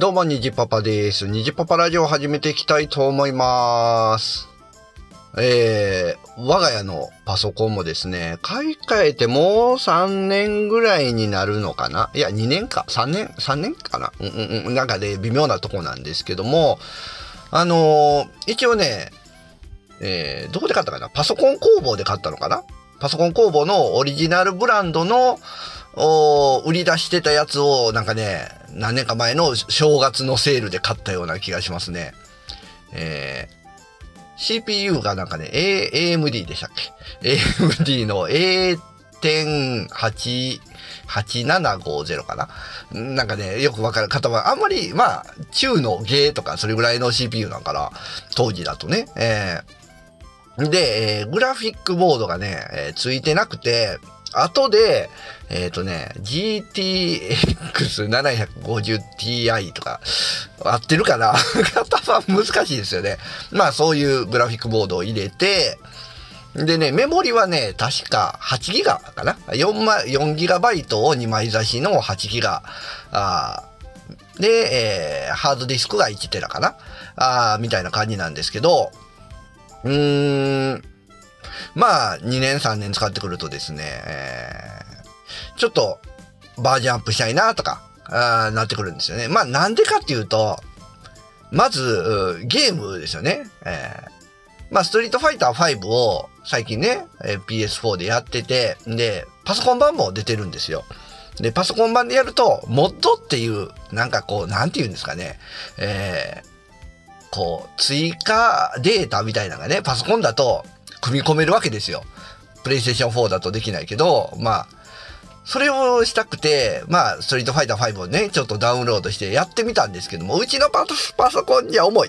どうも、にじパパです。にじパパラジオを始めていきたいと思います。我が家のパソコンもですね、買い替えてもう3年ぐらいになるのかな。いや、2年か。3年かな。なんかね、微妙なとこなんですけども、一応ね、どこで買ったかな。パソコン工房で買ったのかな。パソコン工房のオリジナルブランドの売り出してたやつをなんかね、何年か前の正月のセールで買ったような気がしますね。CPU がなんかね、AMD でしたっけ？ AMD の A.8750 かな。なんかね、よくわかる方は、あんまり、中のゲーとかそれぐらいの CPU なんかな、当時だとね。で、グラフィックボードがね、ついてなくて、後で、GTX750Ti とか、合ってるかな型は難しいですよね。そういうグラフィックボードを入れて、でね、メモリはね、確か8ギガかな ?4 ギガバイトを2枚差しの8ギガ。で、ハードディスクが1テラかなみたいな感じなんですけど、2年3年使ってくるとですね、ちょっとバージョンアップしたいなとかなってくるんですよね。なんでかっていうと、まずゲームですよね。ストリートファイター5を最近ね、PS4 でやってて、で、パソコン版も出てるんですよ。で、パソコン版でやると、モッドっていう、なんていうんですかね、追加データみたいなのがね、パソコンだと組み込めるわけですよ。プレイステーション4だとできないけど、それをしたくて、ストリートファイター5をね、ちょっとダウンロードしてやってみたんですけども、うちのパソコンじゃ重い。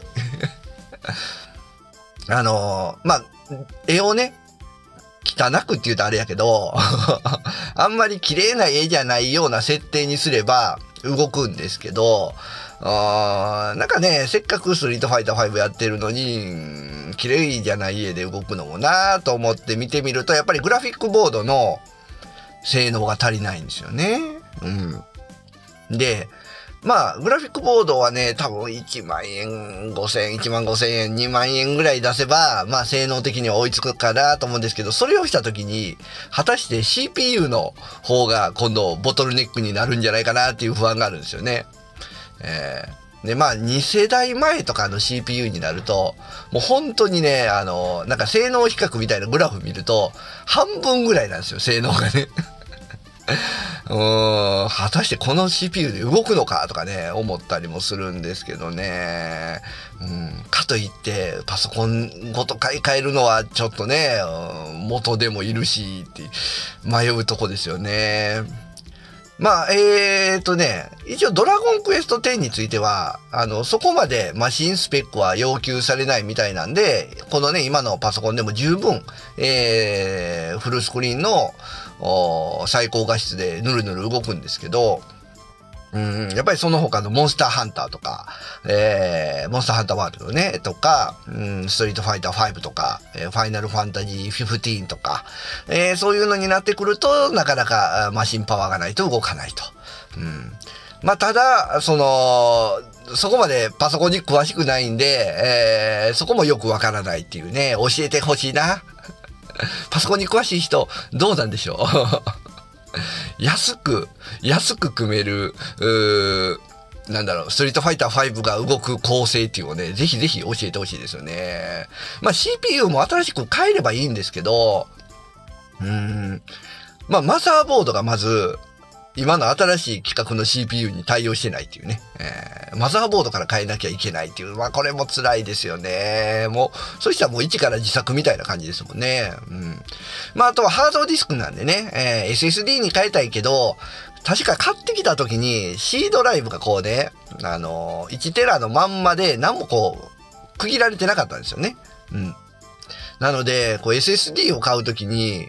絵をね、汚くって言うとあれやけど、あんまり綺麗な絵じゃないような設定にすれば動くんですけど、なんかね、せっかくストリートファイター5やってるのに、綺麗じゃない絵で動くのもなぁと思って見てみると、やっぱりグラフィックボードの性能が足りないんですよね。で、グラフィックボードはね、多分1万円、1万5千円、2万円ぐらい出せば、性能的には追いつくかなと思うんですけど、それをしたときに、果たして CPU の方が今度ボトルネックになるんじゃないかなっていう不安があるんですよね。で、2世代前とかの CPU になると、もう本当にね、なんか性能比較みたいなグラフ見ると、半分ぐらいなんですよ、性能がね。果たしてこの CPU で動くのかとかね、思ったりもするんですけどね。かといって、パソコンごと買い替えるのはちょっとね、元でもいるし、って迷うとこですよね。一応ドラゴンクエスト10については、そこまでマシンスペックは要求されないみたいなんで、このね、今のパソコンでも十分、フルスクリーンの最高画質でぬるぬる動くんですけど、やっぱりその他のモンスターハンターとか、モンスターハンターワールドね、とか、ストリートファイター5とか、ファイナルファンタジー15とか、そういうのになってくると、なかなかマシンパワーがないと動かないと。ただ、そこまでパソコンに詳しくないんで、そこもよくわからないっていうね、教えてほしいな。パソコンに詳しい人、どうなんでしょう。安く組める、ストリートファイター5が動く構成っていうのをね、ぜひぜひ教えてほしいですよね。CPU も新しく変えればいいんですけど、マザーボードがまず、今の新しい規格の CPU に対応してないっていうね。マザーボードから変えなきゃいけないっていう。これも辛いですよね。そしたらもう一から自作みたいな感じですもんね。あとはハードディスクなんでね、SSD に変えたいけど、確か買ってきた時に C ドライブが1テラのまんまで何も区切られてなかったんですよね。なので、SSD を買う時に、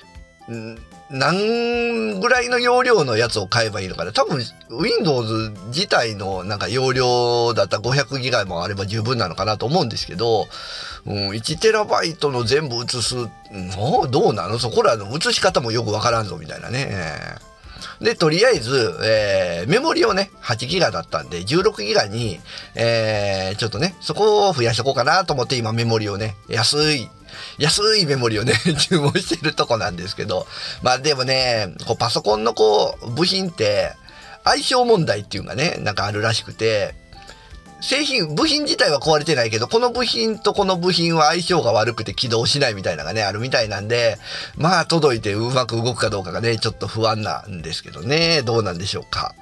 何ぐらいの容量のやつを買えばいいのかな。多分 Windows 自体のなんか容量だったら500ギガもあれば十分なのかなと思うんですけど、1テラバイトの全部移す、どうなの？そこらの移し方もよくわからんぞみたいなね。 で、とりあえず、メモリをね、8ギガだったんで、16ギガに、ちょっとね、そこを増やしとこうかなと思って今メモリをね、安いメモリをね、注文してるとこなんですけど、まあでもね、こうパソコンのこう、部品って、相性問題っていうのがね、なんかあるらしくて、部品自体は壊れてないけど、この部品とこの部品は相性が悪くて起動しないみたいなのがね、あるみたいなんで、まあ届いてうまく動くかどうかがね、ちょっと不安なんですけどね、どうなんでしょうか。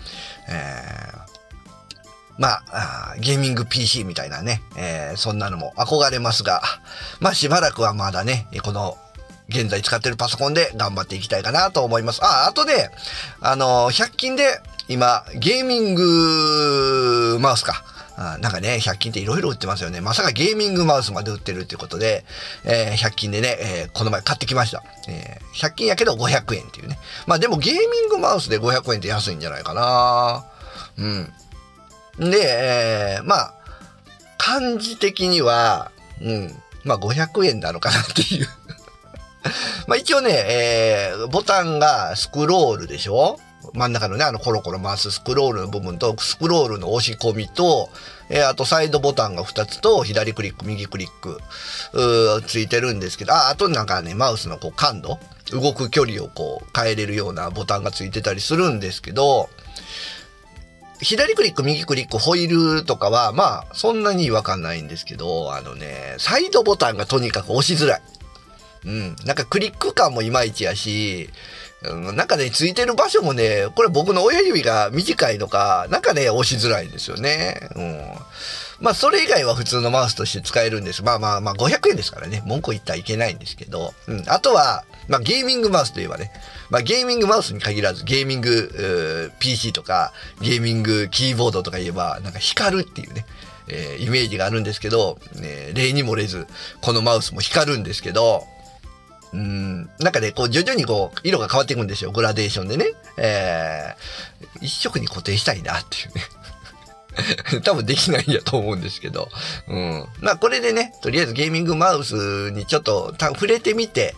まあ、ゲーミング PC みたいなね、そんなのも憧れますが、まあしばらくはまだね、この、現在使ってるパソコンで頑張っていきたいかなと思います。あとね、100均で今、ゲーミングマウスか。なんかね、100均っていろいろ売ってますよね。まさかゲーミングマウスまで売ってるっていうことで、100均でね、この前買ってきました。100均やけど500円っていうね。まあでもゲーミングマウスで500円って安いんじゃないかな。うん。で、まあ、感じ的には、まあ500円なのかなっていうまあ一応ね、ボタンがスクロールでしょ、真ん中のね、コロコロ回すスクロールの部分と、スクロールの押し込みと、あとサイドボタンが2つと、左クリック、右クリック、ついてるんですけど、あとなんかね、マウスのこう感度、動く距離をこう変えれるようなボタンがついてたりするんですけど、左クリック、右クリック、ホイールとかは、まあ、そんなに違和感ないんですけど、サイドボタンがとにかく押しづらい。なんかクリック感もいまいちやし、なんかね、ついてる場所もね、これ僕の親指が短いのか、なんかね、押しづらいんですよね。まあ、それ以外は普通のマウスとして使えるんです。まあ500円ですからね、文句言ったらいけないんですけど、あとは、まあ、ゲーミングマウスといえばね、まあ、ゲーミングマウスに限らず、ゲーミング、PC とか、ゲーミングキーボードとか言えば、なんか光るっていうね、イメージがあるんですけど、例にもれず、このマウスも光るんですけど、なんかね、こう徐々にこう色が変わっていくんですよ。グラデーションでね。一色に固定したいなっていうね。多分できないんやと思うんですけど。まあこれでね、とりあえずゲーミングマウスにちょっと触れてみて、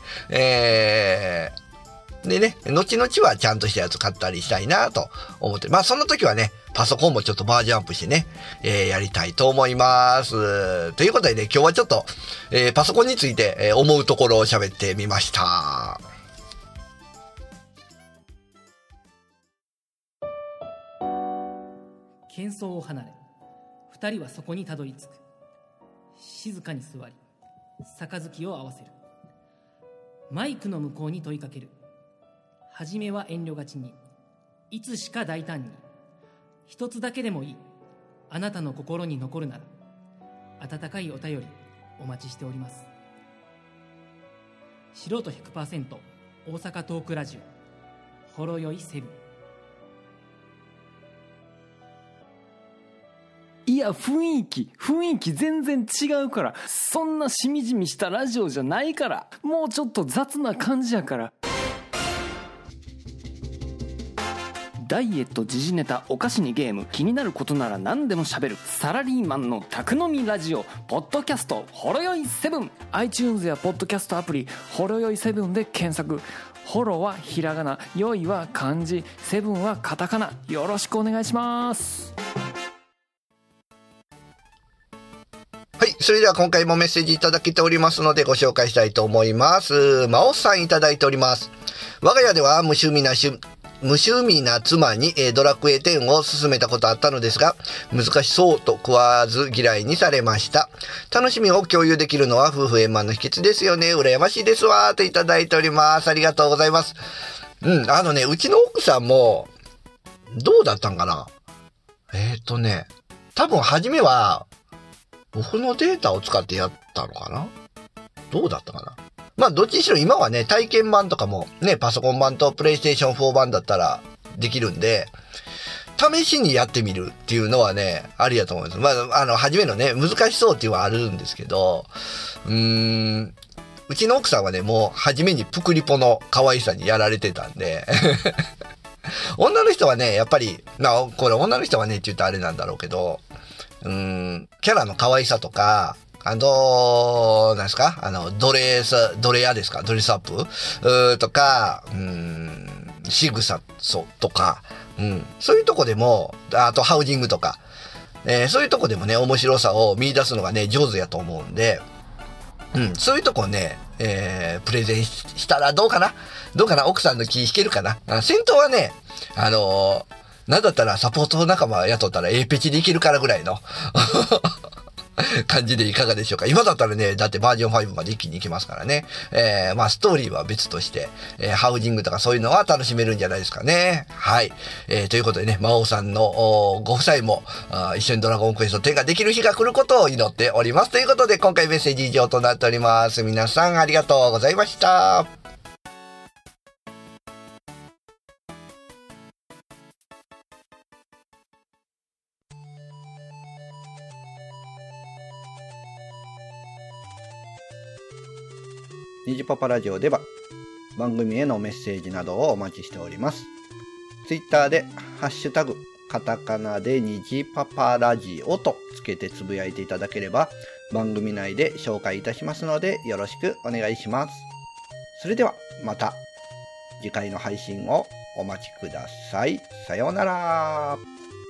でね、後々はちゃんとしたやつ買ったりしたいなと思って、まあその時はね、パソコンもちょっとバージョンアップしてね、やりたいと思います。ということでね、今日はちょっと、パソコンについて、思うところを喋ってみました。 喧騒を離れ、二人はそこにたどり着く。静かに座り、杯を合わせる。マイクの向こうに問いかける。はじめは遠慮がちに、いつしか大胆に。一つだけでもいい。あなたの心に残るなら、温かいお便りお待ちしております。素人 100% 大阪トークラジオ、ほろよいセブン。 いや、雰囲気全然違うから。そんなしみじみしたラジオじゃないから。もうちょっと雑な感じやから。ダイエット、時事ネタ、お菓子にゲーム、気になることなら何でも喋るサラリーマンの宅飲みラジオ、ポッドキャストほろよい7。 iTunes やポッドキャストアプリほろよい7で検索。ホロはひらがな、よいは漢字、セブンはカタカナ。よろしくお願いします。 はい。それでは今回もメッセージいただけておりますのでご紹介したいと思います。真央さんいただいております。我が家では無趣味な妻にドラクエ10を勧めたことあったのですが、難しそうと食わず嫌いにされました。楽しみを共有できるのは夫婦円満の秘訣ですよね。羨ましいですわーといただいております。ありがとうございます。うちの奥さんも、どうだったんかな？多分初めは、僕のデータを使ってやったのかな？どうだったかな？まあ、どっちにしろ今はね、体験版とかもね、パソコン版とプレイステーション4版だったらできるんで、試しにやってみるっていうのはね、ありやと思います。まあ、初めのね、難しそうっていうのはあるんですけど、うちの奥さんはね、もう初めにプクリポの可愛さにやられてたんで、女の人はね、やっぱり、これ女の人はねって言うとあれなんだろうけど、キャラの可愛さとか、なんですかドレスアップとか、 仕草とか、そういうとこでも、あとハウジングとか、そういうとこでもね、面白さを見出すのがね、上手やと思うんで、そういうとこね、プレゼンしたらどうかな奥さんの気引けるかな。戦闘はね、なんだったらサポート仲間雇ったらペチでいけるからぐらいの感じでいかがでしょうか。今だったらね、だってバージョン5まで一気に行きますからね。ストーリーは別として、ハウジングとかそういうのは楽しめるんじゃないですかね。はい。ということでね、魔王さんのご夫妻も一緒にドラゴンクエスト10ができる日が来ることを祈っております。ということで、今回メッセージ以上となっております。皆さんありがとうございました。 にじパパラジオでは番組へのメッセージなどをお待ちしております。ツイッターでハッシュタグカタカナでにじパパラジオとつけてつぶやいていただければ番組内で紹介いたしますのでよろしくお願いします。それではまた次回の配信をお待ちください。さようなら。